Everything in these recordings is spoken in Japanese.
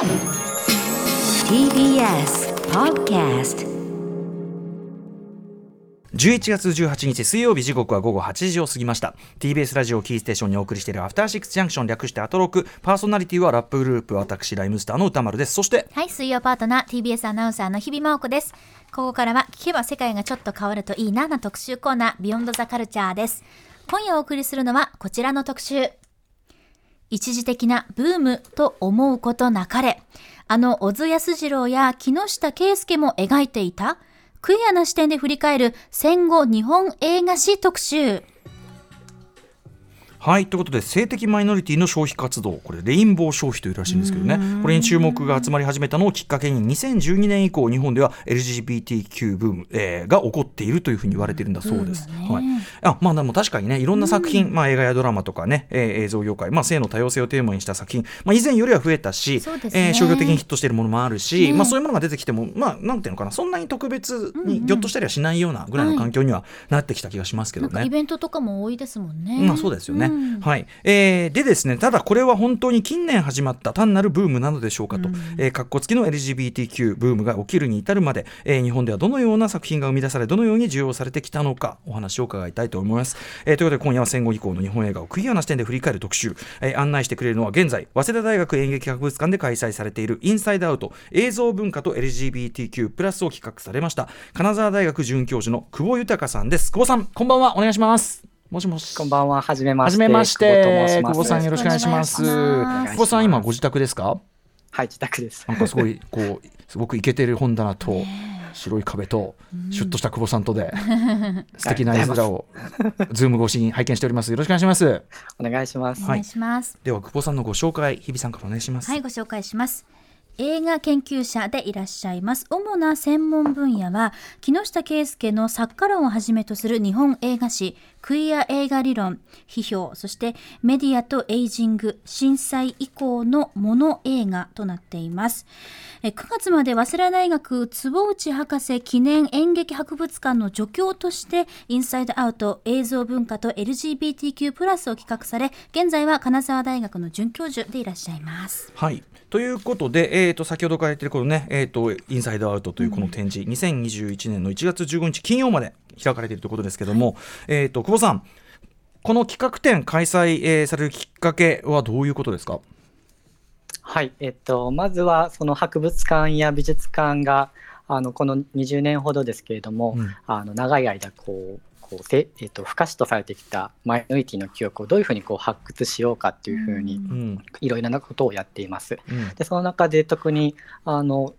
TBS Podcast。 11月18日水曜日、時刻は午後8時を過ぎました。 TBS ラジオキーステーションにお送りしているアフターシックスジャンクション、略してアトロク。パーソナリティはラップグループ、私ライムスターの歌丸です。そしてはい、水曜パートナー TBS アナウンサーの日々真央子です。ここからは聞けば世界がちょっと変わるといいなな特集コーナー、ビヨンドザカルチャーです。今夜お送りするのはこちらの特集。一時的なブームと思うことなかれ。小津安二郎や木下圭介も描いていたクイアな視点で振り返る戦後日本映画史特集。 はい、ということで、性的マイノリティの消費活動、これレインボー消費というらしいんですけどね、これに注目が集まり始めたのをきっかけに2012年以降、日本では LGBTQ ブーム、が起こっているというふうに言われているんだそうです。はい、でも確かにね、いろんな作品、映画やドラマとかね、映像業界、性の多様性をテーマにした作品、以前よりは増えたし、商業的にヒットしているものもあるし、そういうものが出てきても、なんていうのかな、そんなに特別にぎょっとしたりはしないようなぐらいの環境にはなってきた気がしますけどね。 なんかイベントとかも多いですもんね。 そうですよね。はい。でですね、ただこれは本当に近年始まった単なるブームなのでしょうかと、かっこつきの LGBTQ ブームが起きるに至るまで、日本ではどのような作品が生み出され、どのように需要されてきたのか、お話を伺いたいと思います。ということで、今夜は戦後以降の日本映画をクリアな視点で振り返る特集、案内してくれるのは現在早稲田大学演劇博物館で開催されているインサイドアウト、映像文化と LGBTQ プラスを企画されました金沢大学准教授の久保豊さんです。久保さん、こんばんは。お願いします。もしもし。 こんばんは。はじめまして。 久保さん、よろしくお願いします。久保さん、今ご自宅ですか？ はい、自宅です。 なんかすごいすごくイケてる本棚と白い壁とシュッとした久保さんとで素敵な絵面をズーム越しに拝見しております。よろしくお願いします。 お願いします。 お願いします。 では久保さんのご紹介、日比さんからお願いします。 はい、ご紹介します。映画研究者でいらっしゃいます。主な専門分野は木下圭介の作家論をはじめとする日本映画史、クイア映画理論、批評、そしてメディアとエイジング、震災以降のモノ映画となっています。9月まで早稲田大学坪内博士記念演劇博物館の助教としてインサイドアウト、映像文化と LGBTQ プラスを企画され、現在は金沢大学の准教授でいらっしゃいます。 はい、ということで、先ほどから言っているこのね、インサイドアウトというこの展示、2021年の1月15日金曜まで開かれているということですけども、久保さん、この企画展開催、されるきっかけはどういうことですか？ はい、まずはその博物館や美術館がこの20年ほどですけれども、長い間不可視とされてきたマイノリティの記憶をどういうふうに発掘しようかっていうふうにいろいろなことをやっています。でその中で特にこの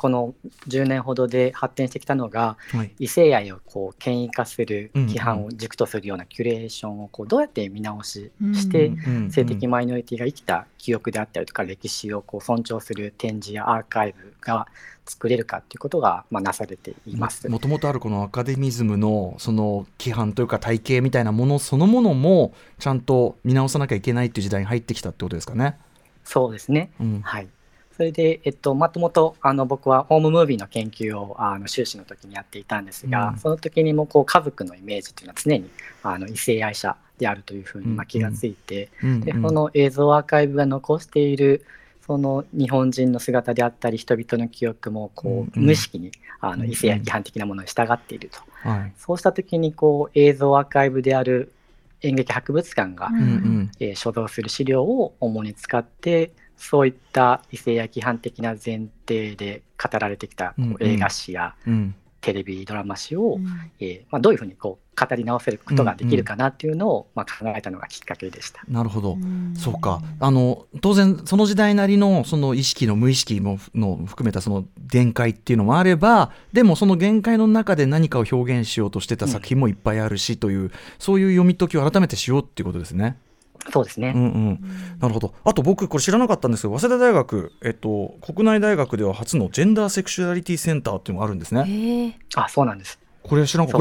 10年ほどで発展してきたのが、異性愛を権威化する規範を軸とするようなキュレーションをどうやって見直しして、性的マイノリティが生きた記憶であったりとか歴史を尊重する展示やアーカイブが作れるかということがなされています。 もともとあるこのアカデミズムのその規範というか体系みたいなものそのものもちゃんと見直さなきゃいけないっていう時代に入ってきたってことですかね。 そうですね、はい。それで、もともと僕はホームムービーの研究を修士の時にやっていたんですが、その時にも家族のイメージというのは常に異性愛者であるというふうに気がついて、でその映像アーカイブが残しているその日本人の姿であったり人々の記憶も無意識に異性愛規範的なものに従っていると、そうした時に映像アーカイブである演劇博物館が、所蔵する資料を主に使ってそういった異性愛規範的な前提で語られてきた映画史やテレビドラマ史を、どういうふうに語り直せることができるかなっていうのを考えたのがきっかけでした。 なるほど、そうか。当然その時代なりのその意識の無意識も含めたその限界っていうのもあれば、でもその限界の中で何かを表現しようとしてた作品もいっぱいあるしという、そういう読み解きを改めてしようっていうことですね。 そうですね、 なるほど。あと僕これ知らなかったんですけど、早稲田大学、国内大学では初のジェンダーセクシュアリティセンターっていうのがあるんですね。 そうなんです。 これ知らなかった。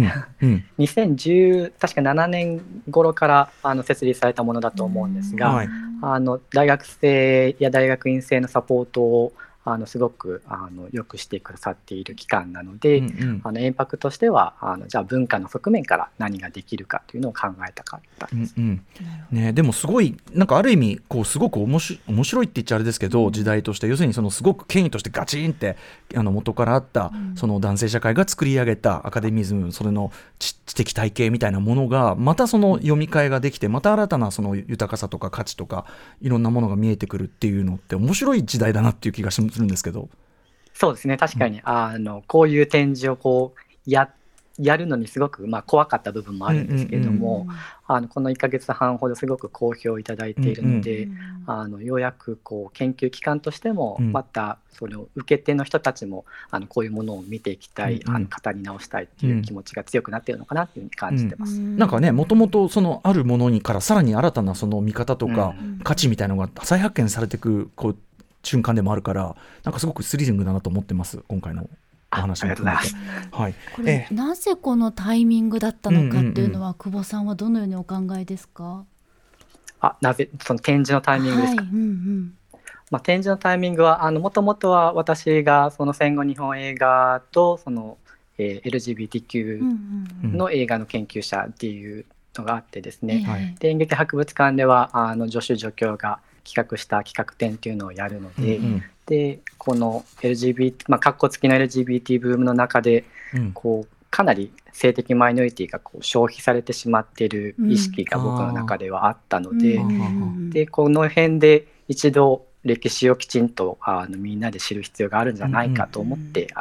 2010確か7年頃から設立されたものだと思うんですが、大学生や大学院生のサポートをすごくよくしてくださっている機関なので、円白としてはじゃあ文化の側面から何ができるかというのを考えたかったです。 ね、でもすごいなんかある意味こうすごく面白いって言っちゃあれですけど、時代として要するにそのすごく権威としてガチンって元からあったその男性社会が作り上げたアカデミズム、それの知的体系みたいなものがまたその読み替えができて、また新たなその豊かさとか価値とかいろんなものが見えてくるっていうのって面白い時代だなっていう気がするんですけど。 そうですね、確かに、こういう展示をこうやるのにすごく怖かった部分もあるんですけれども、この1ヶ月半ほどすごく好評いただいているので、ようやくこう研究機関としても、またそれを受け手の人たちもこういうものを見ていきたい、語り直したいっていう気持ちが強くなっているのかなというふうに感じてます。 なんかね、もともとそのあるものにからさらに新たなその見方とか価値みたいなのが再発見されていくこう瞬間でもあるから、なんかすごくスリリングだなと思ってます、今回のお話も含めて。はい、 これなぜこのタイミングだったのかっていうのは、久保さんはどのようにお考えですか？ なぜその展示のタイミングですか？展示のタイミングはもともとは私がその戦後日本映画とその、LGBTQ の映画の研究者っていうのがあってですね、で演劇博物館では助手助教が企画した企画展っていうのをやるので、でこの LGBT、カッコ付きの LGBT ブームの中で、こうかなり性的マイノリティがこう消費されてしまっている意識が僕の中ではあったので、でこの辺で一度歴史をきちんとみんなで知る必要があるんじゃないかと思って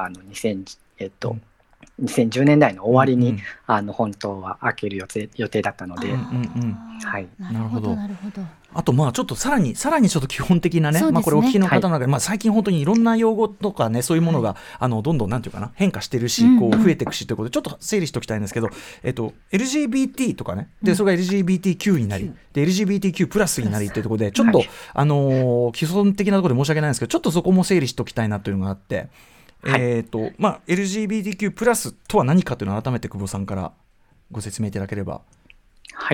、2010年代の終わりに、本当は開ける予定だったので、 なるほど。あとちょっとさらにちょっと基本的なね、これお聞きの方の中で、最近本当にいろんな用語とかね、そういうものが、どんどんなんていうかな、変化してるし、こう増えていくしということでちょっと整理しておきたいんですけど、LGBT とかね、でそれが LGBTQ になり、で LGBTQ プラスになりというところでちょっと、基本的なところで申し訳ないんですけど、ちょっとそこも整理しておきたいなというのがあって、LGBTQ プラスとは何かというのを改めて久保さんからご説明いただければ。 はい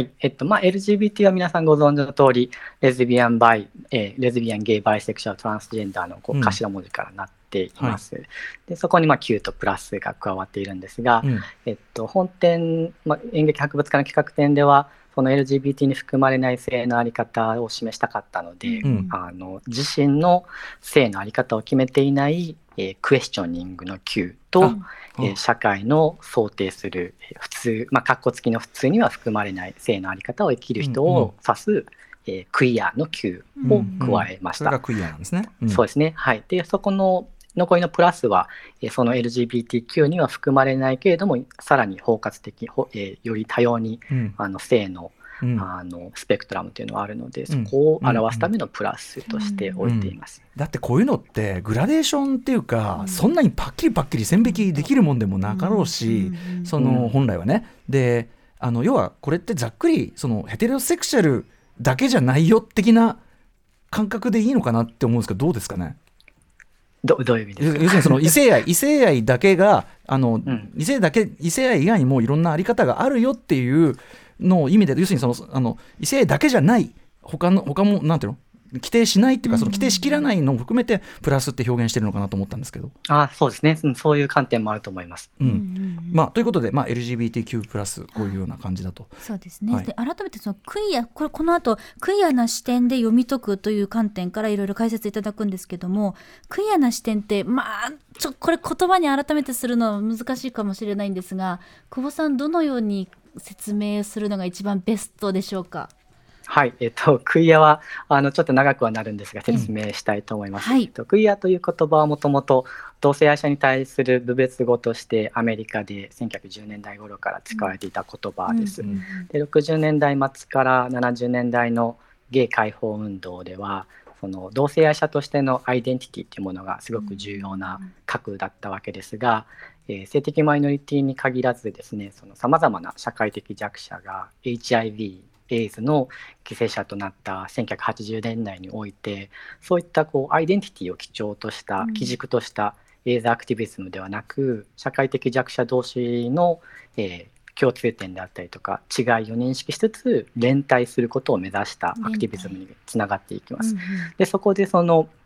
、LGBT は皆さんご存知の通り、レズビアン、ゲイ、バイセクシャル、トランスジェンダーの頭文字からなっています。でそこにQ とプラスが加わっているんですが、本展、演劇博物館の企画展ではその LGBT に含まれない性の在り方を示したかったので、自身の性の在り方を決めていないクエスチョニングの Q と、社会の想定する普通、カッコ付きの普通には含まれない性の在り方を生きる人を指す、クイアの Q を加えました。 それがクイアなんですね。 そうですね。はい。でそこの残りのプラスはその LGBTQ には含まれないけれども、さらに包括的、より多様に、性のスペクトラムというのがあるので、そこを表すためのプラスとして置いています。 だってこういうのってグラデーションっていうか、そんなにパッキリ線引きできるもんでもなかろうし、その本来はね、で要はこれってざっくりそのヘテロセクシャルだけじゃないよ的な感覚でいいのかなって思うんですけど、どうですかね。 どういう意味ですか。 要するにその異性愛だけが異性愛以外にもいろんなあり方があるよっていうの意味で、要するにその異性愛だけじゃない他もなんていうの規定しないっていうか、その規定しきらないのを含めてプラスって表現してるのかなと思ったんですけど。 そうですね、そういう観点もあると思います。 ということで、LGBTQ プラスこういうような感じだと。 そうですね。で改めてそのクイア、この後クイアな視点で読み解くという観点からいろいろ解説いただくんですけども、クイアな視点ってこれ言葉に改めてするのは難しいかもしれないんですが、久保さんどのように説明するのが一番ベストでしょうか。 はい、クイアはちょっと長くはなるんですが説明したいと思います。クイアという言葉はもともと同性愛者に対する侮蔑語としてアメリカで1910年代頃から使われていた言葉です。で60年代末から70年代のゲイ解放運動では、その同性愛者としてのアイデンティティというものがすごく重要な核だったわけですが、性的マイノリティに限らずですね、さまざまな社会的弱者が HIVエイズの犠牲者となった1980年代において、そういったアイデンティティを基調とした基軸としたエイズアクティビズムではなく、社会的弱者同士の、共通点であったりとか違いを認識しつつ連帯することを目指したアクティビズムにつながっていきます。でそこでその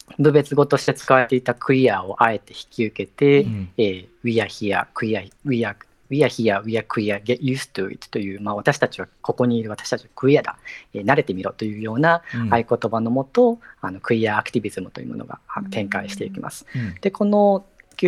部別語として使われていたクイアをあえて引き受けて、We are here, queer, we are here, we are queer, get used to it という、私たちはここにいる私たちはクイアだ、慣れてみろというような合言葉のもと、クイアアクティビズムというものが展開していきます。でこの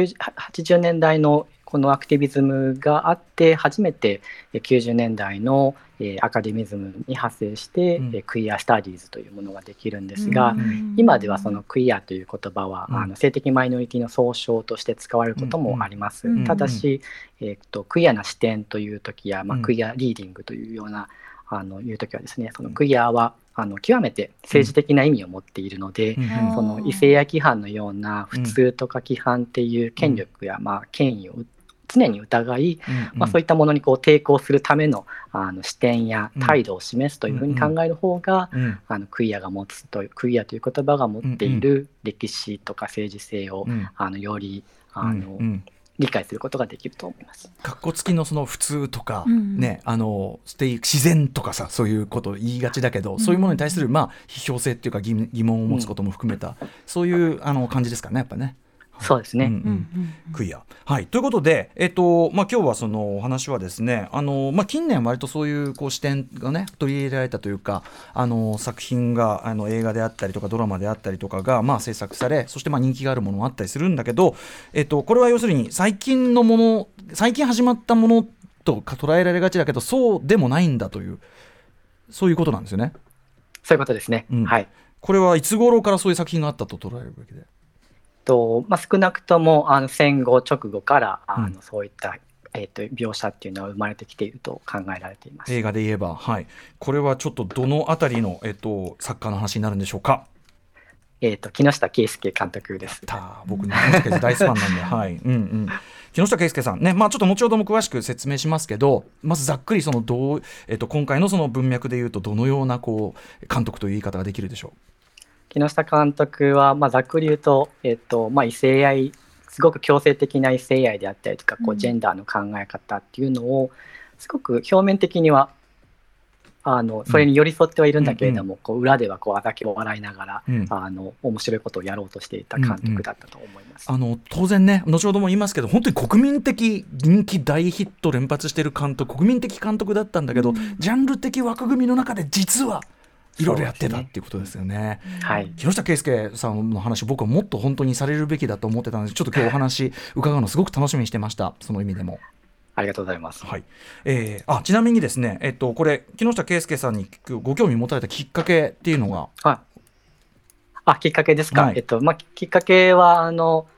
80年代のこのアクティビズムがあって初めて90年代のアカデミズムに派生してクイアスタディーズというものができるんですが、今ではそのクイアという言葉は性的マイノリティの総称として使われることもあります。ただし、クイアな視点という時や、クイアリーディングというようないう時はですね、そのクイアは極めて政治的な意味を持っているので、その異性愛規範のような普通とか規範っていう権力や権威を常に疑い、そういったものにこう抵抗するための視点や態度を示すというふうに考える方が、クイアが持つというクイアという言葉が持っている歴史とか政治性をより理解することができると思います。 かっこつきのその普通とか、自然とかさ、そういうことを言いがちだけど、そういうものに対する批評性っていうか疑問を持つことも含めた、そういう感じですかね、やっぱね。 そうですね、 クイア、はい、ということで、今日はそのお話はですね、近年割とそういう視点がね取り入れられたというか、作品が映画であったりとかドラマであったりとかが制作され、そして人気があるものもあったりするんだけど、これは要するに最近始まったものとか捉えられがちだけど、そうでもないんだという、そういうことなんですよね。 そういうことですね、はい。 これはいつ頃からそういう作品があったと捉えるべきで？ 少なくとも戦後直後からそういった描写っていうのは生まれてきていると考えられています。 映画で言えば、はい、これはちょっとどのあたりの、作家の話になるんでしょうか？ 木下圭介監督です。 僕木下圭介大好きなんで、はい、木下圭介さんね、ちょっと後ほども詳しく説明しますけど、まずざっくりその今回のその文脈でいうとどのような監督という言い方ができるでしょう？ 木下監督は、ざっくり言うと、異性愛、すごく強制的な異性愛であったりとか、ジェンダーの考え方っていうのをすごく表面的にはそれに寄り添ってはいるんだけれども、裏ではあだけを笑いながら、面白いことをやろうとしていた監督だったと思います。 当然ね、後ほども言いますけど、本当に国民的人気大ヒット連発している監督、国民的監督だったんだけど、ジャンル的枠組みの中で実はいろいろやってたっていうことですよね。 はい、 木下圭介さんの話、僕はもっと本当にされるべきだと思ってたので、ちょっと今日お話伺うのすごく楽しみにしてました。その意味でもありがとうございます。 はい。ちなみにですね、これ木下圭介さんにご興味持たれたきっかけっていうのが、 きっかけですか？きっかけは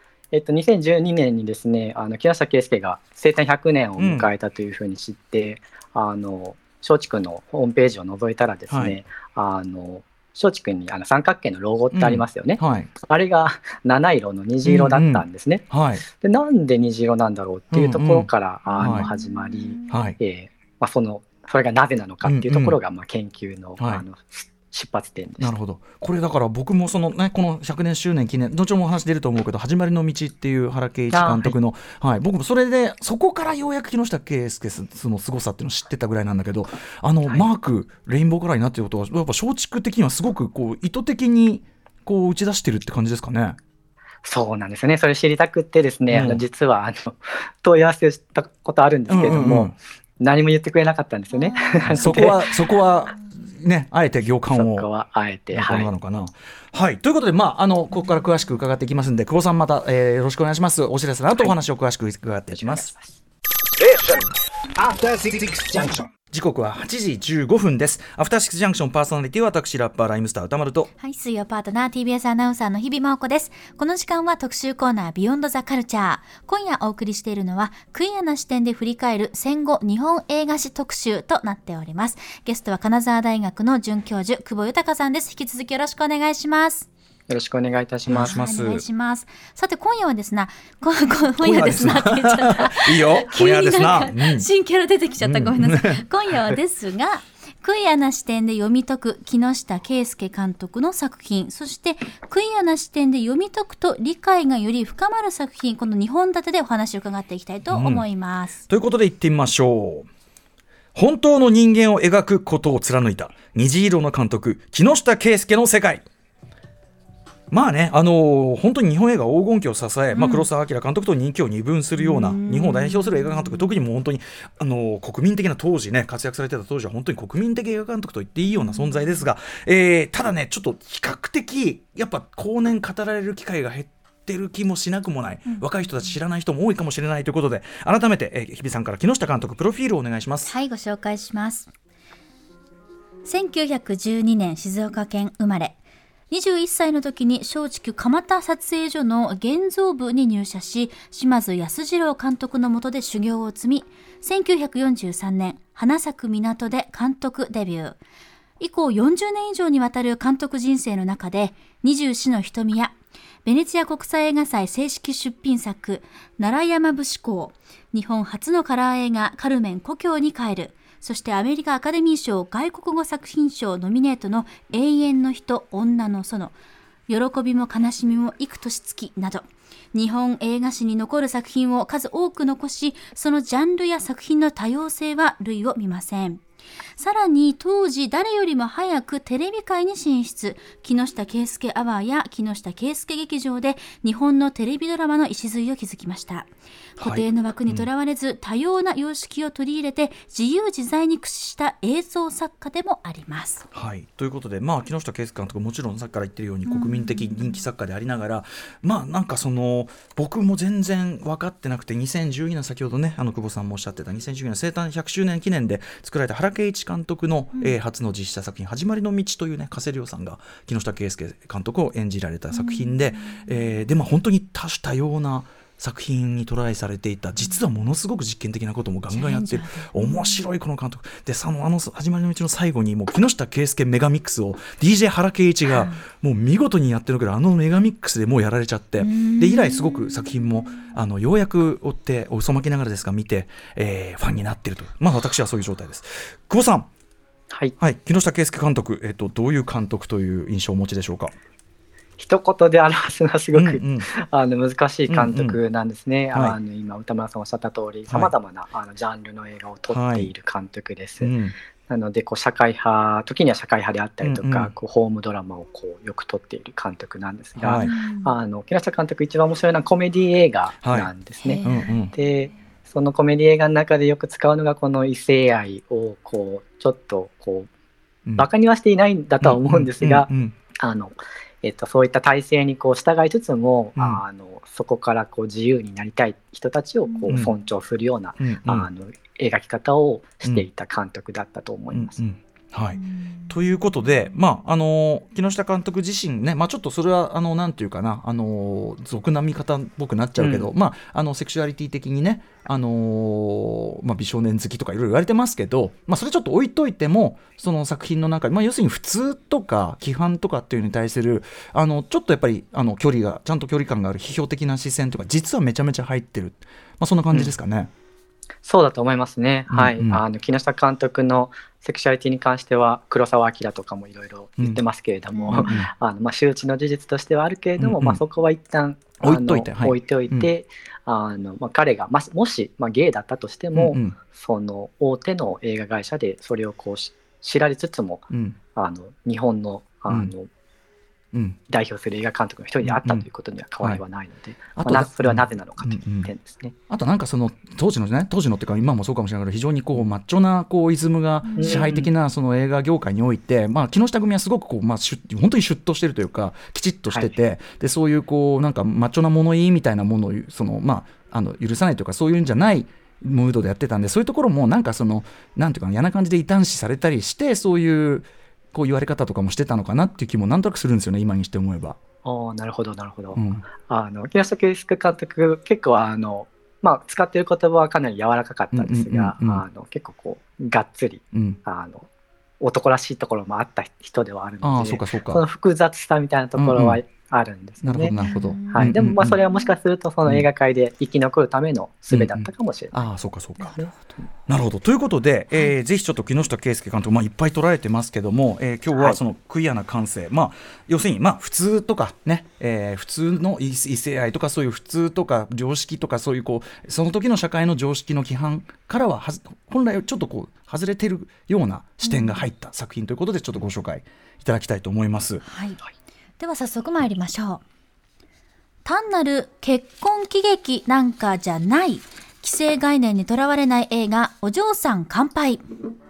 2012年にですね、木下圭介が生誕100年を迎えたというふうに知って、松竹のホームページを覗いたらですね、松竹に三角形のロゴってありますよね、あれが七色の虹色だったんですね、でなんで虹色なんだろうっていうところから始まり、それがなぜなのかっていうところが研究の出発点でした。 なるほど。これだから僕もこの100年周年記念、後ほどもお話出ると思うけど、始まりの道っていう原敬一監督の、僕もそこからようやく木下圭介その凄さっていうのを知ってたぐらいなんだけど、マークレインボーカラーになっていることはやっぱ松竹的にはすごく意図的に打ち出してるって感じですかね？ そうなんですね。それ知りたくってですね、実は問い合わせをしたことあるんですけれども、何も言ってくれなかったんですよね。 そこはね、あえて行間をそこはあえてなのかな。はい、ということで、ここから詳しく伺っていきますので、久保さんまた、よろしくお願いします。お知らせの後お話を詳しく伺っていきます。時刻は8時15分です。アフターシックスジャンクションパーソナリティは私ラッパーライムスター歌丸と、 はい、水曜パートナー TBS アナウンサーの日々真央子です。この時間は特集コーナービヨンドザカルチャー。今夜お送りしているのはクイアな視点で振り返る戦後日本映画史特集となっております。ゲストは金沢大学の准教授久保豊さんです。引き続きよろしくお願いします。 よろしくお願いいたします。 お願いします。さて今夜はですな、今夜ですなって言っちゃった。 いいよ。今夜ですな。 新キャラ出てきちゃった。ごめんなさい。今夜はですが、クイアな視点で読み解く木下圭介監督の作品、そしてクイアな視点で読み解くと理解がより深まる作品、この2本立てでお話を伺っていきたいと思います。 ということで行ってみましょう。本当の人間を描くことを貫いた虹色の監督木下圭介の世界。 まあね、本当に日本映画黄金期を支え、黒澤明監督と人気を二分するような、日本を代表する映画監督、特にもう本当に国民的な当時ね活躍されてた当時は本当に国民的映画監督と言っていいような存在ですが、ただねちょっと比較的やっぱ後年語られる機会が減ってる気もしなくもない、若い人たち知らない人も多いかもしれないということで、改めて、日比さんから木下監督プロフィールをお願いします。 はい、ご紹介します。1912年静岡県生まれ、21歳の時に松竹蒲田撮影所の現像部に入社し、島津康次郎監督の下で修行を積み、1943年花咲く港で監督デビュー。以降40年以上にわたる監督人生の中で、二十四の瞳やベネツィア国際映画祭正式出品作奈良山節考、日本初のカラー映画カルメン故郷に帰る、そしてアメリカアカデミー賞外国語作品賞ノミネートの永遠の人、女の園、喜びも悲しみも幾年月など、日本映画史に残る作品を数多く残し、そのジャンルや作品の多様性は類を見ません。さらに当時誰よりも早くテレビ界に進出、木下圭介アワーや木下圭介劇場で日本のテレビドラマの礎を築きました。固定の枠にとらわれず、多様な様式を取り入れて自由自在に駆使した映像作家でもあります。 はい、ということで、木下圭介監督もちろんさっきから言ってるように国民的人気作家でありながら、なんか僕も全然分かってなくて、2012年先ほどね久保さんもおっしゃってた2012年生誕100周年記念で作られた原敬一監督の、初の実写作品始まりの道というね、加瀬亮さんが木下圭介監督を演じられた作品で、本当に多種多様な作品にトライされていた、実はものすごく実験的なこともガンガンやってる面白いこの監督で、始まりの道の最後にもう木下圭介メガミックスを DJ 原敬一がもう見事にやってるけど、メガミックスでもうやられちゃって、で以来すごく作品もようやく追って遅まきながらですが見て、ファンになっていると、私はそういう状態です。久保さん、はい、木下圭介監督、どういう監督という印象をお持ちでしょうか。 一言で表すのはすごく、難しい監督なんですね。今歌村さんおっしゃった通り、さまざまなジャンルの映画を撮っている監督です。なので社会派、時には社会派であったりとか、ホームドラマをよく撮っている監督なんですが、木下監督一番面白いのはコメディ映画なんですね。でそのコメディ映画の中でよく使うのがこの異性愛をちょっとバカにはしていないんだとは思うんですが、そういった体制に従いつつも、そこから自由になりたい人たちを尊重するような、描き方をしていた監督だったと思います。 はい、ということで、木下監督自身ね、ちょっとそれはなんていうかな、俗な見方っぽくなっちゃうけど、セクシュアリティ的にね、美少年好きとかいろいろ言われてますけど、それちょっと置いといても、その作品の中で、要するに普通とか規範とかっていうのに対するちょっとやっぱり距離がちゃんと距離感がある批評的な視線とか実はめちゃめちゃ入ってる、そんな感じですかね。 そうだと思いますね。木下監督のセクシュアリティに関しては黒澤明とかもいろいろ言ってますけれども、周知の事実としてはあるけれども、そこは一旦置いておいて、彼がもし、ゲイだったとしても、その大手の映画会社でそれを知られつつも、日本の代表する映画監督の一人であったということには変わりはないので、それはなぜなのかという点ですね。 あとなんかその当時のっていうか今もそうかもしれないけど、非常にマッチョなイズムが支配的なその映画業界において、木下組はすごく本当にシュッとしてるというかきちっとしてて、でそういうなんかマッチョな物言いみたいなものを許さないというか、そういうんじゃないムードでやってたんで、そういうところもなんかなんていうか嫌な感じで異端視されたりして、そういう言われ方とかもしてたのかなっていう気もなんとなくするんですよね、今にして思えば。 なるほどなるほど。木下圭介監督結構使っている言葉はかなり柔らかかったんですが、結構がっつり、男らしいところもあった人ではあるので、その複雑さみたいなところはあるんですよね。 なるほど。 でもそれはもしかするとその映画界で生き残るための術だったかもしれない。 そうか。なるほど。ということで、ぜひちょっと木下圭介監督、いっぱい捉えてますけども、今日はそのクイアな感性、要するに普通とかね、普通の異性愛とかそういう普通とか常識とかそういうその時の社会の常識の規範からは本来ちょっと外れてるような視点が入った作品ということで、ちょっとご紹介いただきたいと思います。 では早速参りましょう。単なる結婚喜劇なんかじゃない、既成概念にとらわれない映画お嬢さん乾杯。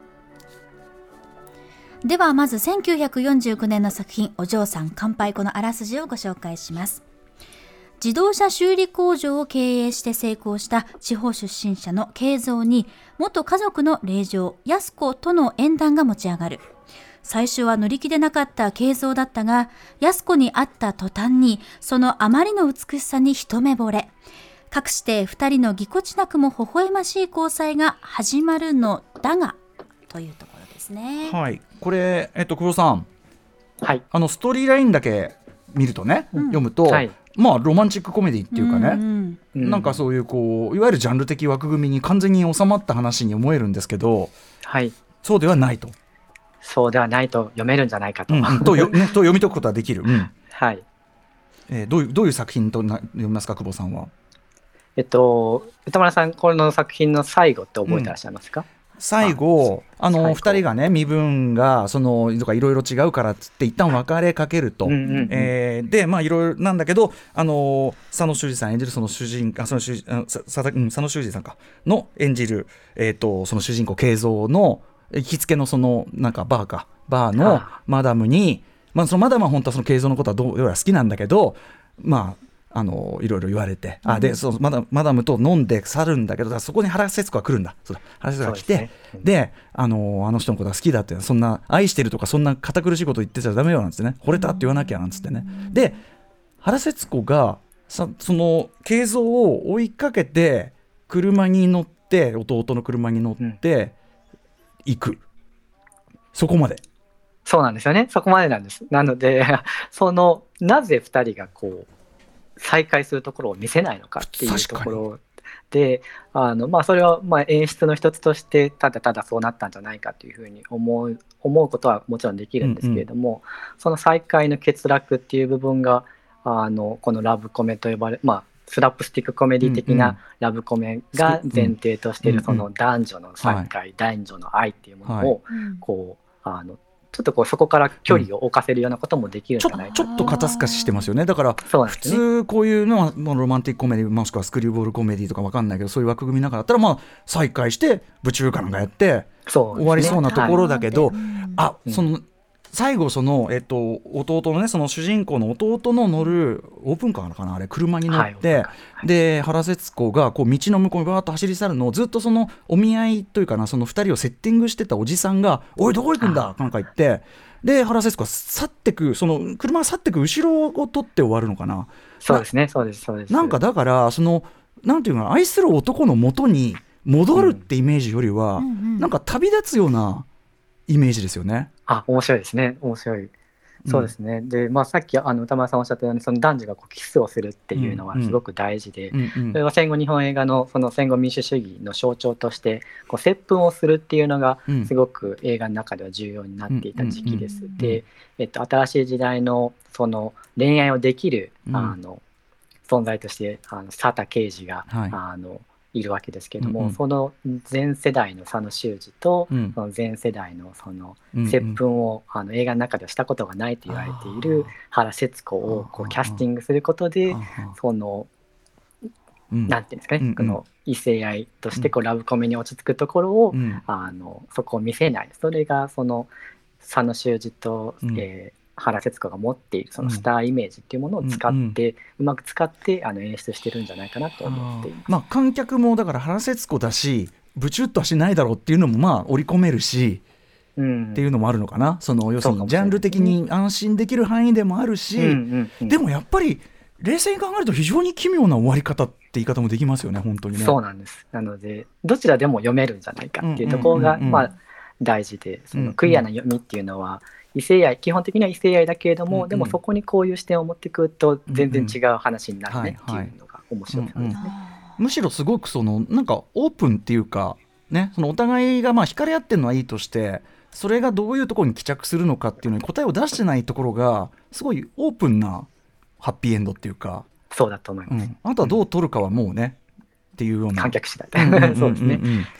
ではまず1949年の作品お嬢さん乾杯、このあらすじをご紹介します。自動車修理工場を経営して成功した地方出身者の慶三に元家族の令嬢安子との縁談が持ち上がる。最初は乗り気でなかった慶三だったが、安子に会った途端にそのあまりの美しさに一目惚れ、かくして二人のぎこちなくも微笑ましい交際が始まるのだが、というところですね。 はい、これ、久保さん、 はい、 ストーリーラインだけ見るとね、読むと、はい、まあロマンチックコメディっていうかね、なんかそういうこういわゆるジャンル的枠組みに完全に収まった話に思えるんですけど、 はい、 そうではないと。 そうではないと読めるんじゃないかと、 と読み解くことはできる、 はい。 どういう作品と読みますか、久保さんは。 歌丸さん、この作品の最後って覚えてらっしゃいますか？ 最後2人がね、身分がいろいろ違うからっつって一旦別れかけると、でまあいろいろなんだけど、佐野修二さん演じるその主人佐野修二さんかの演じる、その主人公慶三の行きつけのそのなんかバーのマダムに、そのマダムは本当はその慶三のことはどうやら好きなんだけど、いろいろ言われて、でそうマダムと飲んで去るんだけど、そこに原節子が来るんだ。原節子が来て、であの人のことが好きだって、そんな愛してるとかそんな堅苦しいこと言ってちゃダメよなんつってね、惚れたって言わなきゃなんつってね、で原節子がその慶三を追いかけて車に乗って、弟の車に乗って行く、そこまで。 そうなんですよね、そこまでなんです。なのでなぜ2人がこう再会するところを見せないのかっていうところで、それは演出の一つとしてただただそうなったんじゃないかというふうに思うことはもちろんできるんですけれども、その再会の欠落っていう部分がこのラブコメと呼ばれ、スラップスティックコメディ的なラブコメが前提としているその男女の再会、男女の愛っていうものをこうちょっとそこから距離を置かせるようなこともできるんじゃないか、 ちょっと肩透かししてますよね。だから普通こういうのはロマンティックコメディもしくはスクリューボールコメディとか分かんないけど、そういう枠組みの中だったら再会してブチューかなんかやって終わりそうなところだけど、その最後弟のね、その主人公の弟の乗るオープンカーかな、あれ車に乗って、で原節子がこう道の向こうにバーッと走り去るのをずっとそのお見合いというかな、その2人をセッティングしてたおじさんがおいどこ行くんだなんか言って、で原節子が去ってく、その車が去ってく後ろを取って終わるのかな。 そうですね、そうですそうです。 なんかだからなんていうか、愛する男の元に戻るってイメージよりは、なんか旅立つようなイメージですよね。 面白いですね、面白い。そうですね。で、さっき歌丸さんおっしゃったように、その男女がキスをするっていうのはすごく大事で、それは戦後日本映画のその戦後民主主義の象徴として接吻をするっていうのがすごく映画の中では重要になっていた時期です。で、新しい時代のその恋愛をできる存在として佐田啓二がいるわけですけれども、その前世代の佐野修二と、その前世代のその接吻を映画の中ではしたことがないと言われている原節子をキャスティングすることで、そのなんていうんですかね、この異性愛としてラブコメに落ち着くところをそこを見せない、それがその佐野修二と原節子が持っているそのスターイメージっていうものを使って、うまく使って演出してるんじゃないかなと思っています。 観客もだから原節子だしブチュッとはしないだろうっていうのも織り込めるし、っていうのもあるのかな。その要するにジャンル的に安心できる範囲でもあるし、でもやっぱり冷静に考えると非常に奇妙な終わり方って言い方もできますよね、本当にね。 そうなんです。なのでどちらでも読めるんじゃないかっていうところが大事で、そのクリアな読みっていうのは異性愛、基本的には異性愛だけれども、でもそこにこういう視点を持ってくると全然違う話になるねっていうのが面白いですね。 むしろすごくなんかオープンっていうかね、そのお互いが惹かれ合ってるのはいいとして、それがどういうところに帰着するのかっていうのに答えを出してないところがすごいオープンなハッピーエンドっていうか。 そうだと思います。 あとはどう取るかはもうね、っていうような観客次第そうですね。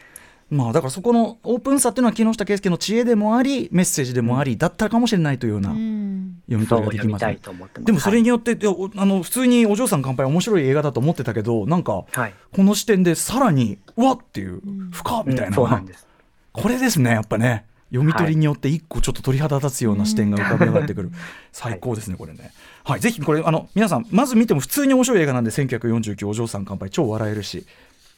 まあ、だからそこのオープンさっていうのは木下圭介の知恵でもありメッセージでもありだったかもしれないというような読み取りができますね。でもそれによって、普通にお嬢さん乾杯面白い映画だと思ってたけどなんかこの視点でさらにうわっていう深みたいな、 そうなんです。 これですねやっぱね読み取りによって一個ちょっと鳥肌立つような視点が浮かび上がってくる、最高ですねこれね。はい、ぜひこれ皆さんまず見ても普通に面白い映画なんで1949お嬢さん乾杯超笑えるし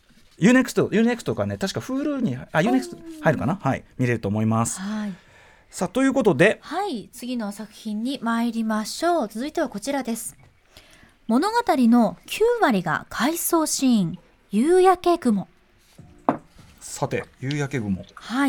UNEXT かね確か Hulu にUNEXT 入るかな、はい、見れると思います。 はい、 さあということで、 はい、次の作品に参りましょう。続いてはこちらです。物語の9割が回想シーン、夕焼け雲。 さて夕焼け雲、 はい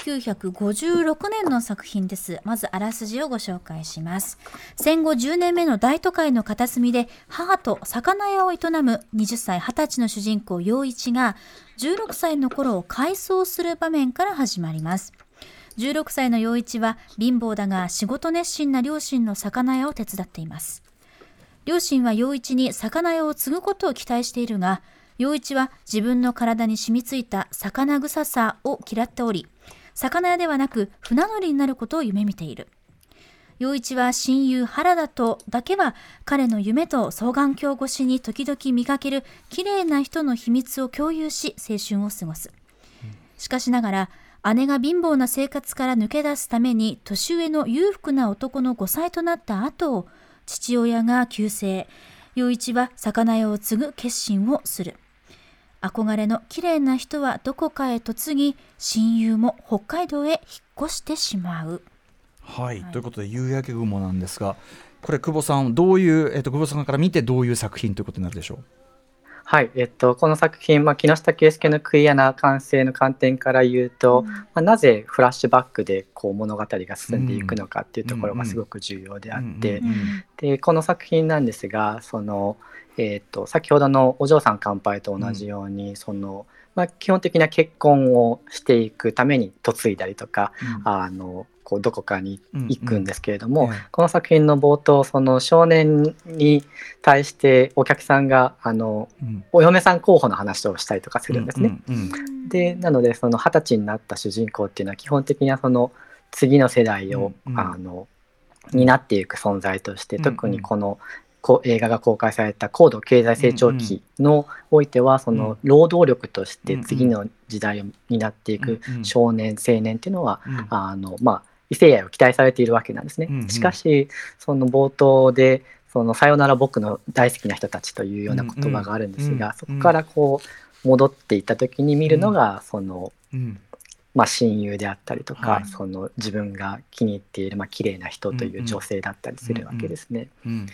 、1956年の作品です。まずあらすじをご紹介します。戦後10年目の大都会の片隅で母と魚屋を営む20歳20歳の主人公陽一が16歳の頃を回想する場面から始まります。16歳の陽一は貧乏だが仕事熱心な両親の魚屋を手伝っています。両親は陽一に魚屋を継ぐことを期待しているが、陽一は自分の体に染みついた魚臭さを嫌っており、魚屋ではなく船乗りになることを夢見ている。陽一は親友原田とだけは彼の夢と双眼鏡越しに時々見かける綺麗な人の秘密を共有し青春を過ごす。しかしながら姉が貧乏な生活から抜け出すために年上の裕福な男の後妻となった後、父親が急逝、陽一は魚屋を継ぐ決心をする。憧れの綺麗な人はどこかへ嫁ぎ、親友も北海道へ引っ越してしまう。 はい、ということで夕焼け雲なんですが、これ久保さんどういう、久保さんから見てどういう作品ということになるでしょう。 はい、この作品、木下圭介のクイアな感性の観点から言うと、なぜフラッシュバックでこう物語が進んでいくのかっていうところがすごく重要であって、でこの作品なんですが先ほどのお嬢さん乾杯と同じように、基本的な結婚をしていくために嫁いだりとか、こうどこかに行くんですけれども、この作品の冒頭その少年に対してお客さんがお嫁さん候補の話をしたりとかするんですね。でなのでその20歳になった主人公っていうのは基本的にはその次の世代を担っていく存在として、特にこの映画が公開された高度経済成長期のおいてはその労働力として次の時代を担っていく少年青年っていうのは異性愛を期待されているわけなんですね。しかしその冒頭でさよなら僕の大好きな人たちというような言葉があるんですが、そこからこう戻っていった時に見るのが親友であったりとか、自分が気に入っている綺麗な人という女性だったりするわけですね。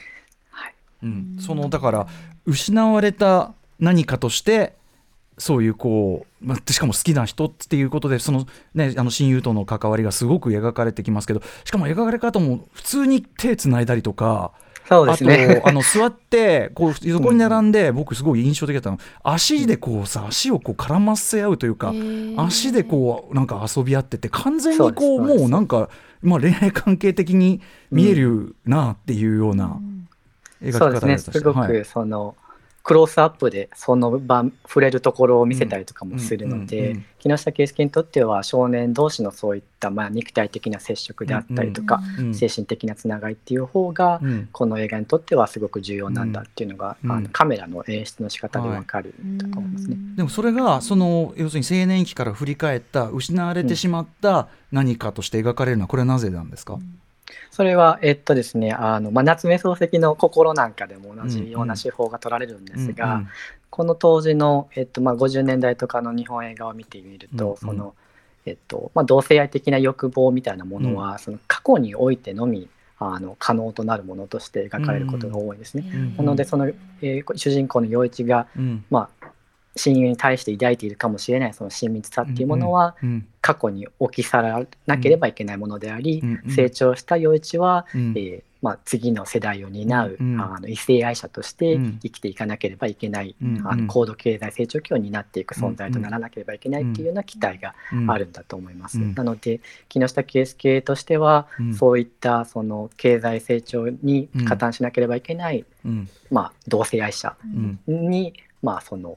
だから失われた何かとしてそういうしかも好きな人っていうことで親友との関わりがすごく描かれてきますけど、しかも描かれ方も普通に手つないだりとか、 そうですね、 あと座って横に並んで、僕すごい印象的だったの足で足を絡ませ合うというか、足でなんか遊び合ってて完全にもうなんか恋愛関係的に見えるなっていうような描き方だったし、 すごくクロースアップでその場触れるところを見せたりとかもするので、木下圭介にとっては少年同士のそういった肉体的な接触であったりとか、精神的なつながりっていう方がこの映画にとってはすごく重要なんだっていうのが、カメラの演出の仕方で分かるとか思いますね。 でもそれが要するに青年期から振り返った失われてしまった何かとして描かれるのはこれはなぜなんですか？ それはですね、夏目漱石の心なんかでも同じような手法が取られるんですが、この当時の、50年代とかの日本映画を見てみると、同性愛的な欲望みたいなものは、その過去においてのみ可能となるものとして描かれることが多いですね。なので主人公の陽一が、親友に対して抱いているかもしれないその親密さっていうものは、過去に置き去らなければいけないものであり、成長した陽一は、次の世代を担う、異性愛者として生きていかなければいけない、高度経済成長期を担っていく存在とならなければいけないっていうような期待があるんだと思います。なので木下圭介としては、そういったその経済成長に加担しなければいけない、同性愛者に、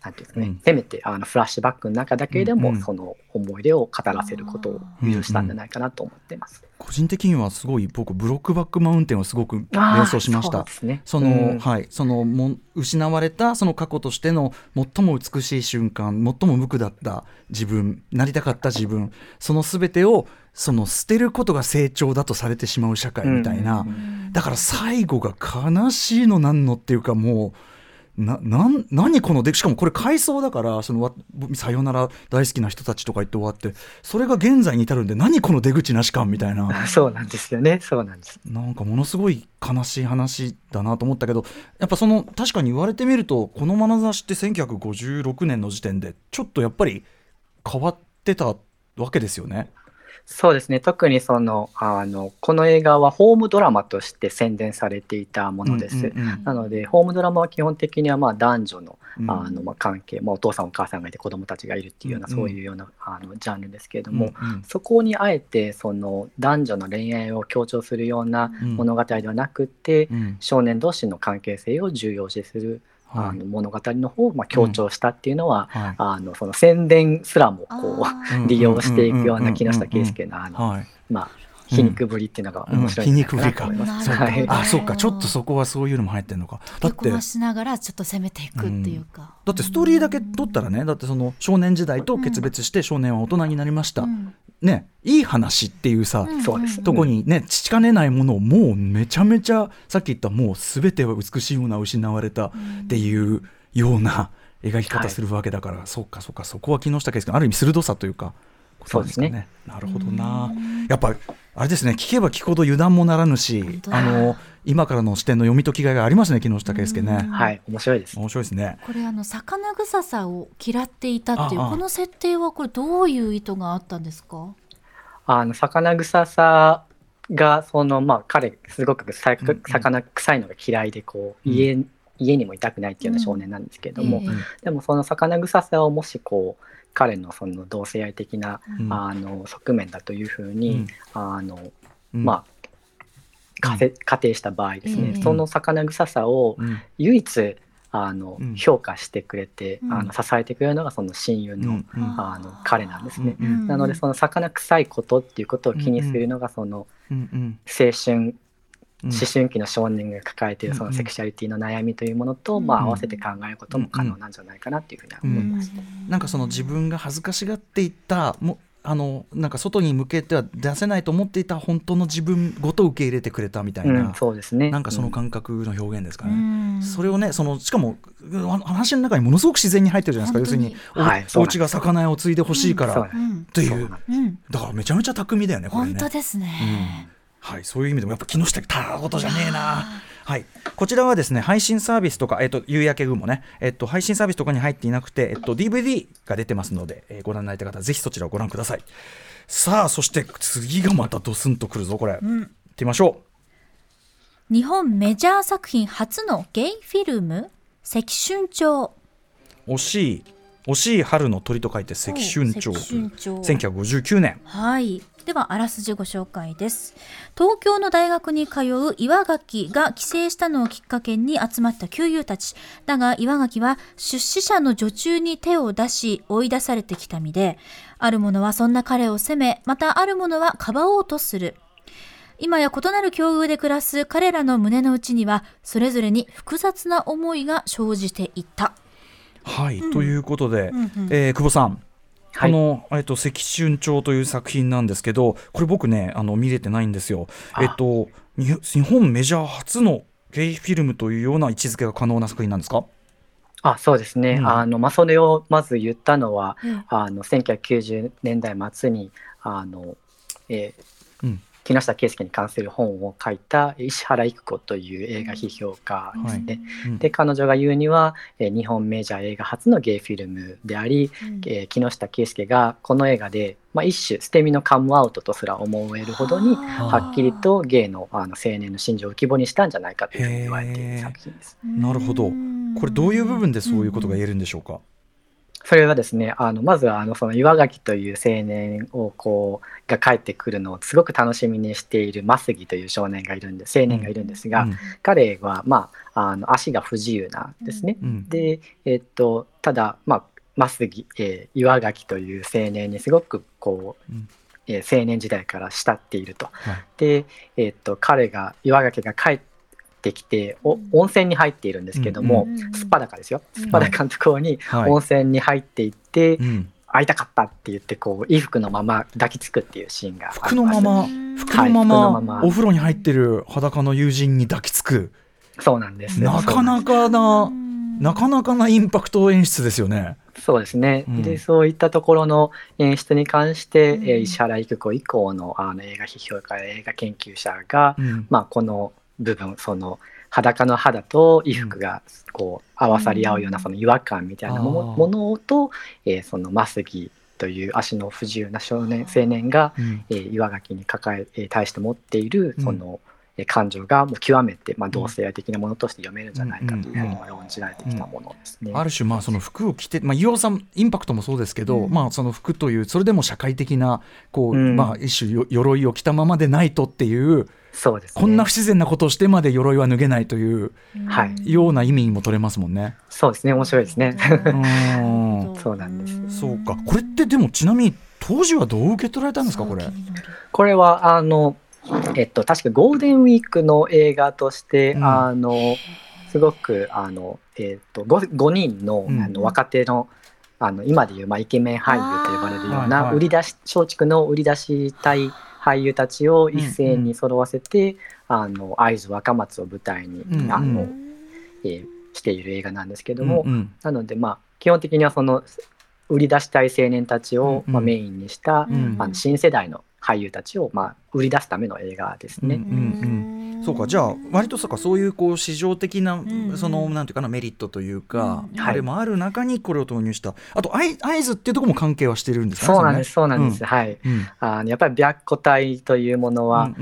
なんていうんですかね、せめてフラッシュバックの中だけでもその思い出を語らせることを許したんじゃないかなと思っています。 個人的にはすごい僕ブロックバックマウンテンをすごく連想しました。その失われたその過去としての最も美しい瞬間、最も無垢だった自分、なりたかった自分、その全てをその捨てることが成長だとされてしまう社会みたいな、だから最後が悲しいのなんのっていうか、もう何こので、しかもこれ回想だから、そのさよなら大好きな人たちとか言って終わって、それが現在に至るんで、何この出口なし感みたいなそうなんですよね。そうなんです。 なんかものすごい悲しい話だなと思ったけど、やっぱその確かに言われてみると、この眼差しって1956年の時点でちょっとやっぱり変わってたわけですよね。 そうですね。特にこの映画はホームドラマとして宣伝されていたものです。なのでホームドラマは基本的には男女の、関係、お父さんお母さんがいて子供たちがいるっていうような、そういうようなジャンルですけれども、そこにあえてその男女の恋愛を強調するような物語ではなくて、少年同士の関係性を重要視する物語の方を強調したっていうのは、その宣伝すらも利用していくような木下圭介の皮肉ぶりっていうのが面白いんじゃないかなと思います。 そうか、ちょっとそこはそういうのも入ってるのか。 だって壊しながらちょっと攻めていくっていうか、 だってストーリーだけ取ったらね、だってその少年時代と決別して少年は大人になりました、ね、いい話っていうさ、とこにね、ちかねないものをもうめちゃめちゃさっき言ったもう全ては美しいものは失われたっていうような描き方するわけだから、そうかそこは木下圭介のある意味鋭さというかそうですね。 なるほどな。やっぱあれですね、聞けば聞くほど油断もならぬし、今からの視点の読み解きがいがありますね、木下圭介ね。 はい、面白いです。 面白いですね。 これ魚臭さを嫌っていたっていうこの設定はこれどういう意図があったんですか？ 魚臭さが彼すごく魚臭いのが嫌いで家にもいたくないっていうような少年なんですけれども、でもその魚臭さをもし彼のその同性愛的な、側面だというふうに、仮定した場合ですね、その魚臭さを唯一評価してくれて、支えてくれるのがその親友の、彼なんですね。なのでその魚臭いことっていうことを気にするのがその青春思春期の少年が抱えているそのセクシャリティの悩みというものと、合わせて考えることも可能なんじゃないかなというふうには思います。 なんかその自分が恥ずかしがっていたなんか外に向けては出せないと思っていた本当の自分ごと受け入れてくれたみたいな、 そうですね。 なんかその感覚の表現ですかね。それをね、しかも話の中にものすごく自然に入ってるじゃないですか。要するにお家が魚屋を継いでほしいからという、だからめちゃめちゃ巧みだよね、これね。 本当ですね。 はい、そういう意味でもやっぱ木下たわごとじゃねえな。はい、こちらはですね、配信サービスとか、夕焼け雲ね、配信サービスとかに入っていなくて、DVD が出てますので、ご覧になりたい方ぜひそちらをご覧ください。さあ、そして次がまたドスンとくるぞ、これ、行ってみましょう。日本メジャー作品初のゲイフィルム、赤春鳥。 惜しい春の鳥と書いて赤春鳥。1959年。 はい。ではあらすじご紹介です。東京の大学に通う岩垣が帰省したのをきっかけに集まった旧友たちだが、岩垣は出資者の女中に手を出し追い出されてきた身で、ある者はそんな彼を責め、またある者はかばおうとする。今や異なる境遇で暮らす彼らの胸の内にはそれぞれに複雑な思いが生じていた。 はい、ということで、久保さん、この、赤春鳥という作品なんですけど、これ僕ね見れてないんですよ。日本メジャー初のゲイフィルムというような位置づけが可能な作品なんですか？ そうですね。それをまず言ったのは、1990年代末に木下圭介に関する本を書いた石原育子という映画批評家ですね。で、彼女が言うには、日本メジャー映画初のゲイフィルムであり、木下圭介がこの映画で、一種捨て身のカムアウトとすら思えるほどにはっきりとゲイの、青年の心情を浮き彫りにしたんじゃないかというふうに言われている作品です。 なるほど。これどういう部分でそういうことが言えるんでしょうか？ それはですね、まずはその岩垣という青年が帰ってくるのをすごく楽しみにしている増木という青年がいるんですが、彼は、足が不自由なんですね。で、ただ、増木、岩垣という青年にすごく青年時代から慕っていると。で、岩垣が帰ってきて温泉に入っているんですけども、すっぱだかですよ。すっぱだかのところに温泉に入っていって、会いたかったって言って衣服のまま抱きつくっていうシーンがあります。 服のままお風呂に入ってる裸の友人に抱きつく。 そうなんです。 なかなかなインパクト演出ですよね。 そうですね。でそういったところの演出に関して、石原育子以降の映画批評家や映画研究者が、この部分、その裸の肌と衣服が合わさり合うようなその違和感みたいなものと、その増木という足の不自由な青年が、岩垣に対して持っているその、感情がもう極めて同性愛的なものとして読めるんじゃないかというふうに論じられてきたものですね。 ある種その服を着て、岩尾さんインパクトもそうですけど、その服というそれでも社会的な一種鎧を着たままでないとっていう、 そうですね、 こんな不自然なことをしてまで鎧は脱げないというような意味にも取れますもんね。 そうですね、面白いですね。そうなんです。 そうか。これってでもちなみに当時はどう受け取られたんですか？ これは確かゴールデンウィークの映画として、すごく5人の、若手の今でいう、イケメン俳優と呼ばれるような松竹の売り出したい俳優たちを一斉に揃わせて、会津若松を舞台に、している映画なんですけども、なので基本的にはその売り出したい青年たちを、メインにした、新世代の俳優たちを売り出すための映画ですね。 そうか。じゃあ割とそういう市場的なそのなんていうかなメリットというか、あれもある中にこれを投入した。あと会津っていうところも関係はしてるんですかね。 そうなんです。はい。やっぱり白虎隊というものは、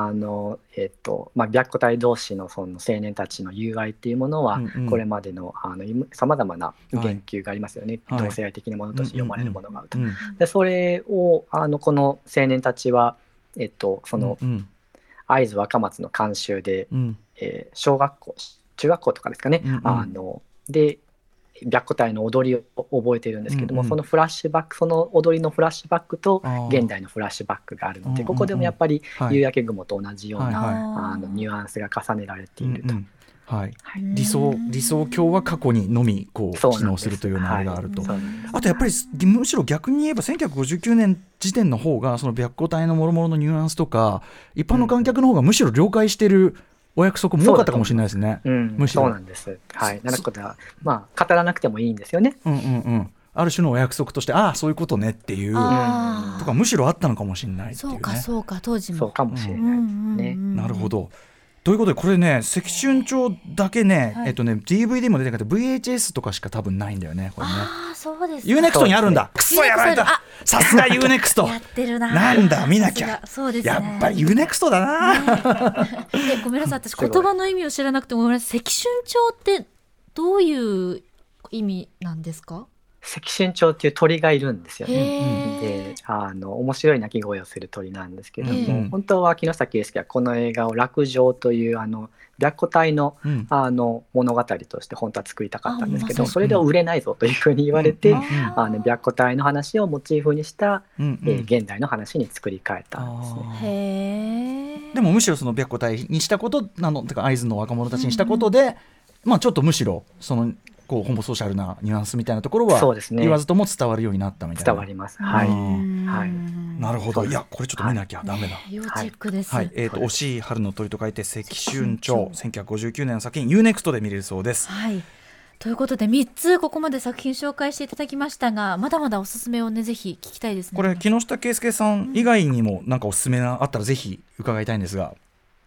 白虎隊同士のその青年たちの友愛っていうものは、これまでのさまざまな言及がありますよね。同性愛的なものとして読まれるものがあると。でそれをこの青年たちはその会津若松の監修で、小学校中学校とかですかね、で白虎隊の踊りを覚えているんですけども、そのフラッシュバック、その踊りのフラッシュバックと現代のフラッシュバックがあるので、ここでもやっぱり夕焼け雲と同じような、ニュアンスが重ねられていると。理想郷は過去にのみ機能するというようなあれがあると。あとやっぱりむしろ逆に言えば1959年時点の方がその白虎隊の諸々のニュアンスとか一般の観客の方がむしろ了解しているお約束も多かったかもしれないですね。むしろそうなんです。なるほど。語らなくてもいいんですよね。 ある種のお約束としてそういうことねっていうとかむしろあったのかもしれないっていうね。 そうか当時もそうかもしれないですね。 なるほど。ということでこれね赤春帳だけね、DVD も出てなくて VHS とかしか多分ないんだよねこれね。 そうです。 UNEXT にあるんだ。クソやられた。さすが UNEXT やってるな。 なんだ見なきゃ。 そうですね。 やっぱり UNEXT だな。 ごめんなさい、私言葉の意味を知らなくてもごめんなさい。赤春帳ってどういう意味なんですか？ 赤春鳥っていう鳥がいるんですよね。で面白い鳴き声をする鳥なんですけども、本当は木下圭介はこの映画を落城という白虎隊の、物語として本当は作りたかったんですけど、それでは売れないぞというふうに言われて、白虎隊の話をモチーフにした、現代の話に作り変えたんですね。 でもむしろその白虎隊にしたことてか会津の若者たちにしたことで、ちょっとむしろそのホモソーシャルなニュアンスみたいなところは言わずとも伝わるようになったみたいな。 伝わります。 なるほど。いやこれちょっと見なきゃダメだ。 要チェックです。 惜しい春の鳥と書いて赤春帳、1959年の作品 UNEXT で見れるそうです。 ということで3つここまで作品紹介していただきましたが、まだまだおすすめをねぜひ聞きたいですね。 これ木下圭介さん以外にも何かおすすめあったらぜひ伺いたいんですが。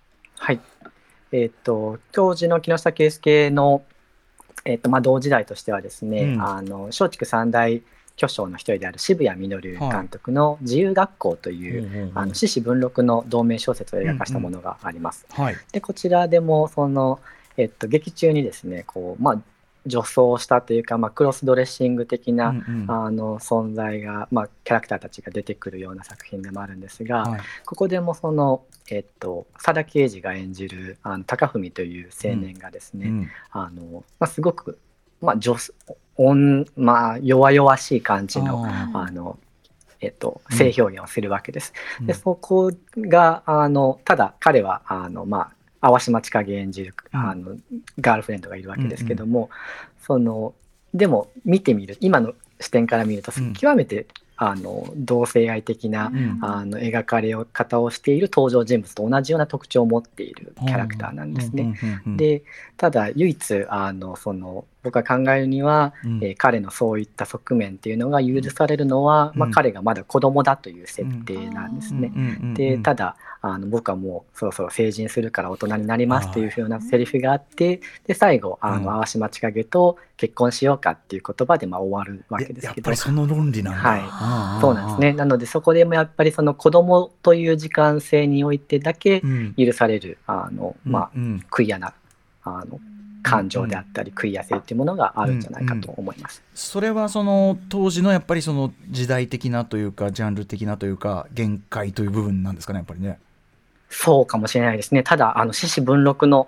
当時の木下圭介の同時代としてはですね、松竹三大巨匠の一人である渋谷実監督の自由学校という獅子文録の同名小説を映画化したものがあります。でこちらでもその、劇中にですね女装したというか、クロスドレッシング的な、 うん存在が、キャラクターたちが出てくるような作品でもあるんですが、 はいここでもその、佐田啓二が演じる高文という青年がですね、すごく、弱々しい感じの性表現をするわけです。でそこがただ彼は淡島千景演じるガールフレンドがいるわけですけども、でも見てみる今の視点から見ると極めて同性愛的な、描かれ方をしている登場人物と同じような特徴を持っているキャラクターなんですね。でただ唯一僕が考えるには、彼のそういった側面っていうのが許されるのは、彼がまだ子供だという設定なんですね。でただ僕はもうそろそろ成人するから大人になりますというふうなセリフがあって、で最後淡島千景と結婚しようかっていう言葉で終わるわけですけど、 やっぱりその論理なんだ。 はい、そうなんですね。なのでそこでもやっぱりその子供という時間性においてだけ許されるクイアな感情であったりクイア性っていうものがあるんじゃないかと思います。 それはその当時のやっぱりその時代的なというかジャンル的なというか限界という部分なんですかね、やっぱりね。 そうかもしれないですね。ただ獅子文録の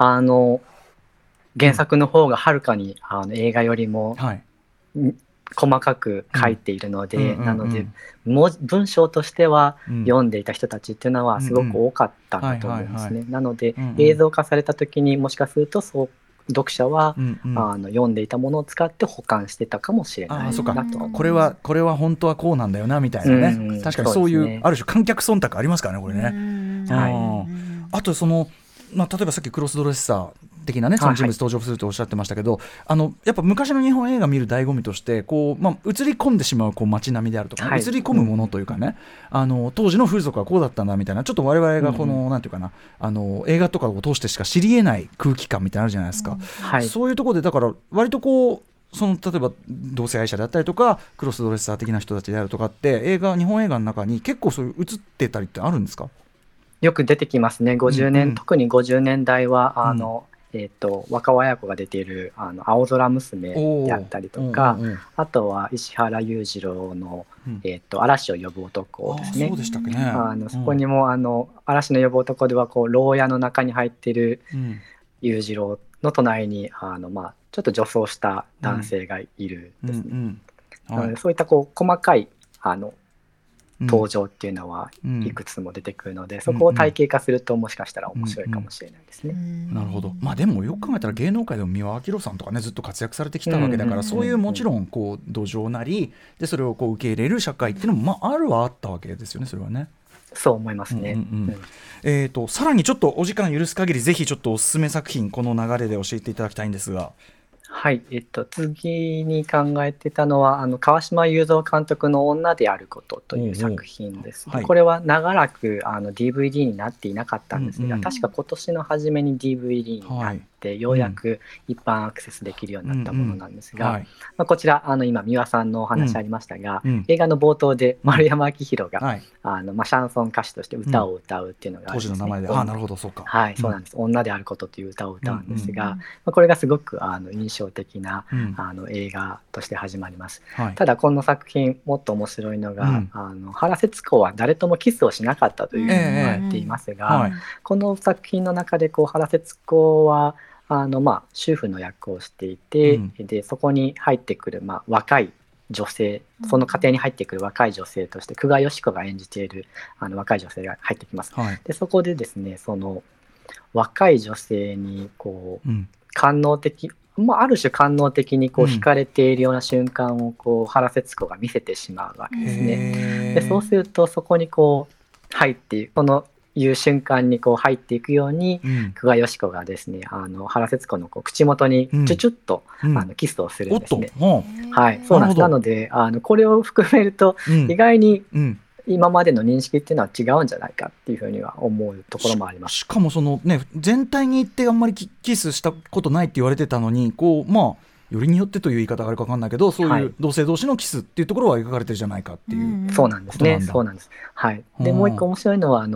原作の方がはるかに映画よりも、細かく書いているので、なので文章としては読んでいた人たちっていうのはすごく多かったんだと思いますね。なので映像化された時にもしかすると読者は、読んでいたものを使って保管してたかもしれないなと。 これは本当はこうなんだよなみたいなね、確かにそういう、ある種観客忖度ありますからねこれね。あと例えばさっきクロスドレッサー的なねその人物登場するとおっしゃってましたけど、やっぱ昔の日本映画見る醍醐味として映り込んでしまう街並みであるとか、映り込むものというかね、当時の風俗はこうだったんだみたいな、ちょっと我々がなんていうかな映画とかを通してしか知り得ない空気感みたいなのあるじゃないですか。そういうところでだから割と例えば同性愛者であったりとかクロスドレッサー的な人たちであるとかって日本映画の中に結構そういう映ってたりってあるんですか？ よく出てきますね。50年、特に50年代は若尾文子が出ている青空娘であったりとか、あとは石原裕次郎の、嵐を呼ぶ男ですね。 そうでしたっけね。 そこにも嵐の呼ぶ男では牢屋の中に入っている裕次郎の隣にちょっと女装した男性がいるですね。そういった細かい登場っていうのはいくつも出てくるので、そこを体系化するともしかしたら面白いかもしれないですね。 なるほど。でもよく考えたら芸能界でも三輪明宏さんとかねずっと活躍されてきたわけだから、そういうもちろん土壌なりでそれを受け入れる社会っていうのもあるはあったわけですよね、それはね。 そう思いますね。 さらにちょっとお時間許す限りぜひちょっとおすすめ作品この流れで教えていただきたいんですが。 はい、次に考えてたのは川島雄三監督の女であることという作品です。これは長らくDVD になっていなかったんですが、確か今年の初めに DVD になってようやく一般アクセスできるようになったものなんですが、こちら今三輪さんのお話ありましたが、映画の冒頭で丸山明宏が、シャンソン歌手として歌を歌うっていうのがあるんですね。 当時の名前で。なるほど、そうか。 はい、そうなんです。女であることという歌を歌うんですが、これがすごく印象的な、映画として始まります。ただこの作品もっと面白いのが、原節子は誰ともキスをしなかったというふうに言われていますが、この作品の中で原節子は主婦の役をしていて、でそこに入ってくる、若い女性、その家庭に入ってくる若い女性として久我義子が演じている若い女性が入ってきます。でそこでですね、その若い女性に官能的、ある種官能的に惹かれているような瞬間を原節子が見せてしまうわけですね。でそうするとそこに入ってこのいう瞬間に入っていくように、久我義子がですね原節子の口元にチュチュッと、キスをするんですね。はい、そうなんです。なのでこれを含めると、意外に今までの認識っていうのは違うんじゃないかっていうふうには思うところもあります。 しかも全体に言ってあんまりキスしたことないって言われてたのによりによってという言い方があるか分かんないけど、そういう同性同士のキスっていうところは描かれてるじゃないかっていう。 そうなんですね。そうなんです。はい。でもう一個面白いのは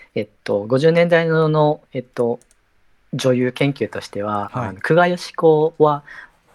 50年代の女優研究としては、久我義子は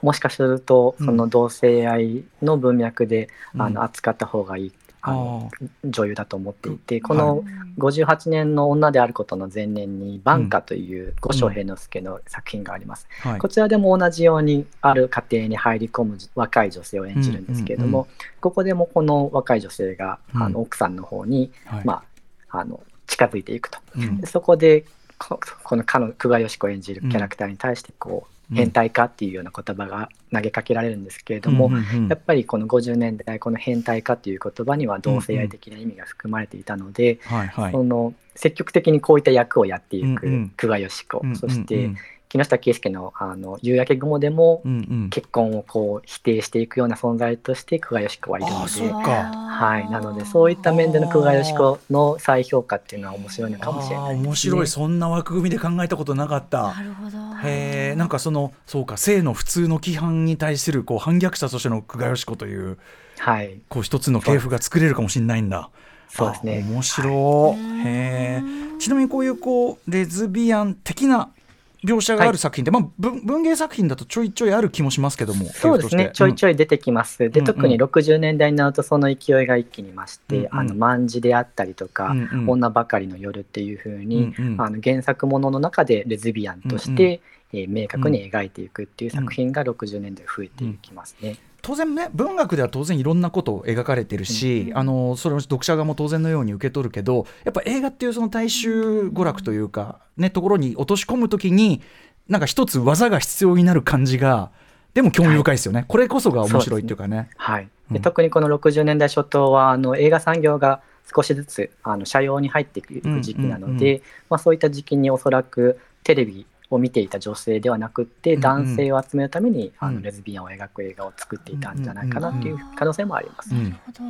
もしかするとその同性愛の文脈で、扱った方がいい女優だと思っていて、この58年の女であることの前年に晩夏という五所平之助の作品があります、こちらでも同じようにある家庭に入り込む若い女性を演じるんですけれども、ここでもこの若い女性が奥さんの方に、近づいていくと、でそこでこの久我義子演じるキャラクターに対して変態化っていうような言葉が投げかけられるんですけれども、やっぱりこの50年代この変態化っていう言葉には同性愛的な意味が含まれていたので、その積極的にこういった役をやっていく久我義子、そして木下圭介の夕焼け雲でも結婚を否定していくような存在として久我義子はいるので、なのでそういった面での久我義子の再評価っていうのは面白いのかもしれないですね。 面白い、そんな枠組みで考えたことなかった。 なるほど。 なんかそうか、性の普通の規範に対する反逆者としての久我義子という、一つの系譜が作れるかもしれないんだ。 そうですね。 面白い。ちなみにこういうレズビアン的な描写がある作品って、文芸作品だとちょいちょいある気もしますけども。 そうですね、ちょいちょい出てきます。で、特に60年代になるとその勢いが一気に増して、卍であったりとか、女ばかりの夜っていう風に、原作ものの中でレズビアンとして、明確に描いていくっていう作品が60年代増えていきますね。 当然ね、文学では当然いろんなことを描かれてるし、それを読者側も当然のように受け取るけど、やっぱ映画っていうその大衆娯楽というか、ところに落とし込むときになんか一つ技が必要になる感じがでも興味深いですよね、これこそが面白いっていうかね。 で特にこの60年代初頭は映画産業が少しずつ斜陽に入っていく時期なので、そういった時期におそらくテレビを見ていた女性ではなくて、男性を集めるためにレズビアンを描く映画を作っていたんじゃないかなという可能性もあります。 なるほど、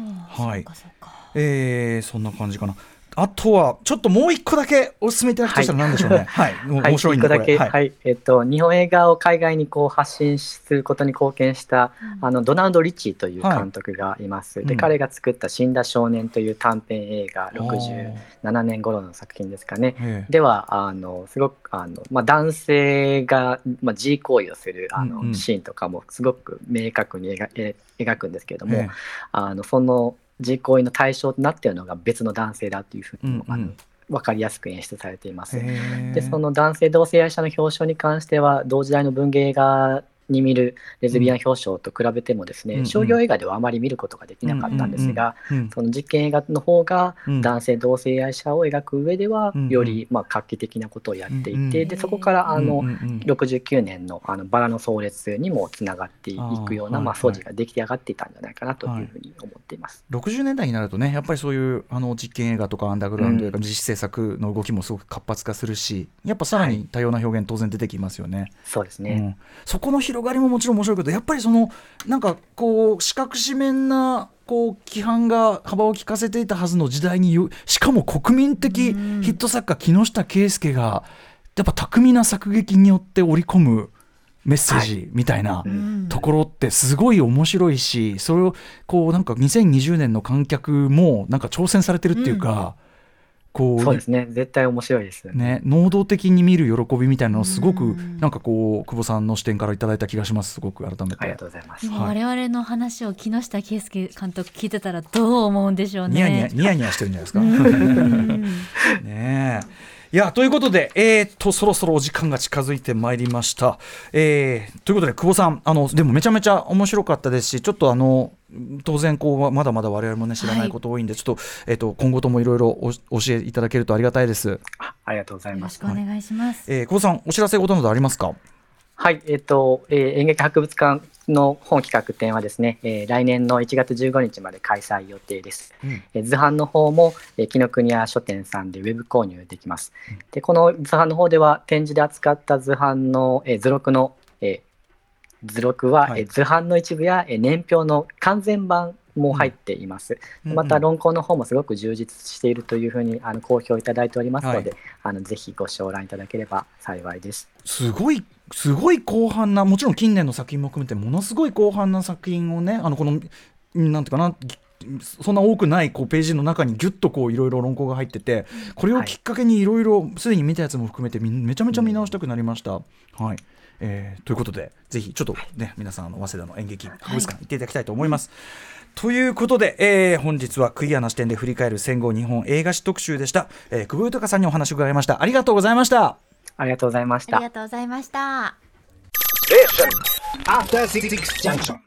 そんな感じかな。あとはちょっともう一個だけお勧めいただくとしたら何でしょうね。面白いんでこれ。 日本映画を海外に発信することに貢献したドナルド・リッチーという監督がいます。で、彼が作った死んだ少年という短編映画、67年頃の作品ですかね。ではすごく男性が自慰行為をするシーンとかもすごく明確に描くんですけれども、その自慰行為の対象となっているのが別の男性だというふうに分かりやすく演出されています。で、その男性同性愛者の表彰に関しては同時代の文芸映画に見るレズビアン表彰と比べてもですね、商業映画ではあまり見ることができなかったんですが、その実験映画の方が男性同性愛者を描く上ではより画期的なことをやっていて、でそこから69年のバラの葬列にもつながっていくような素地が出来上がっていたんじゃないかなというふうに思っています。 60年代になるとね、やっぱりそういう実験映画とかアンダーグラウンド映画の自主制作の動きもすごく活発化するし、やっぱさらに多様な表現当然出てきますよね。 そうですね。 そこの広がりももちろん面白いけど、やっぱりなんか四角四面な規範が幅を利かせていたはずの時代に、しかも国民的ヒット作家木下圭介がやっぱ巧みな作劇によって織り込むメッセージみたいなところってすごい面白いし、それをなんか2020年の観客もなんか挑戦されてるっていうか、 そうですね、絶対面白いですね。能動的に見る喜びみたいなのをすごくなんか久保さんの視点からいただいた気がします。すごく改めてありがとうございます。 我々の話を木下圭介監督聞いてたらどう思うんでしょうね。 ニヤニヤしてるんじゃないですか。ねえ。いやということで、そろそろお時間が近づいてまいりました。ということで久保さんでもめちゃめちゃ面白かったですし、ちょっと当然まだまだ我々もね知らないこと多いんで、ちょっと今後ともいろいろ教えいただけるとありがたいです。 ありがとうございます。 よろしくお願いします。 久保さんお知らせ事などありますか？ はい、演劇博物館の本企画展はですね、来年の1月15日まで開催予定です。図版の方も紀ノ国屋書店さんでウェブ購入できます。でこの図版の方では展示で扱った図版の図録は図版の一部や年表の完全版も入っています。また論考の方もすごく充実しているというふうに好評いただいておりますので、ぜひご賞覧いただければ幸いです。 すごい広範な、もちろん近年の作品も含めてものすごい広範な作品をね、このなんていうかな、そんな多くないページの中にギュッといろいろ論考が入ってて、これをきっかけにいろいろすでに見たやつも含めてめちゃめちゃ見直したくなりました。 ということでぜひちょっとね、皆さん早稲田の演劇博物館行っていただきたいと思います。ということで、本日はクリアな視点で振り返る戦後日本映画史特集でした。久保豊さんにお話を伺いました。ありがとうございました。 ありがとうございました。 ありがとうございました。 After 66 junction.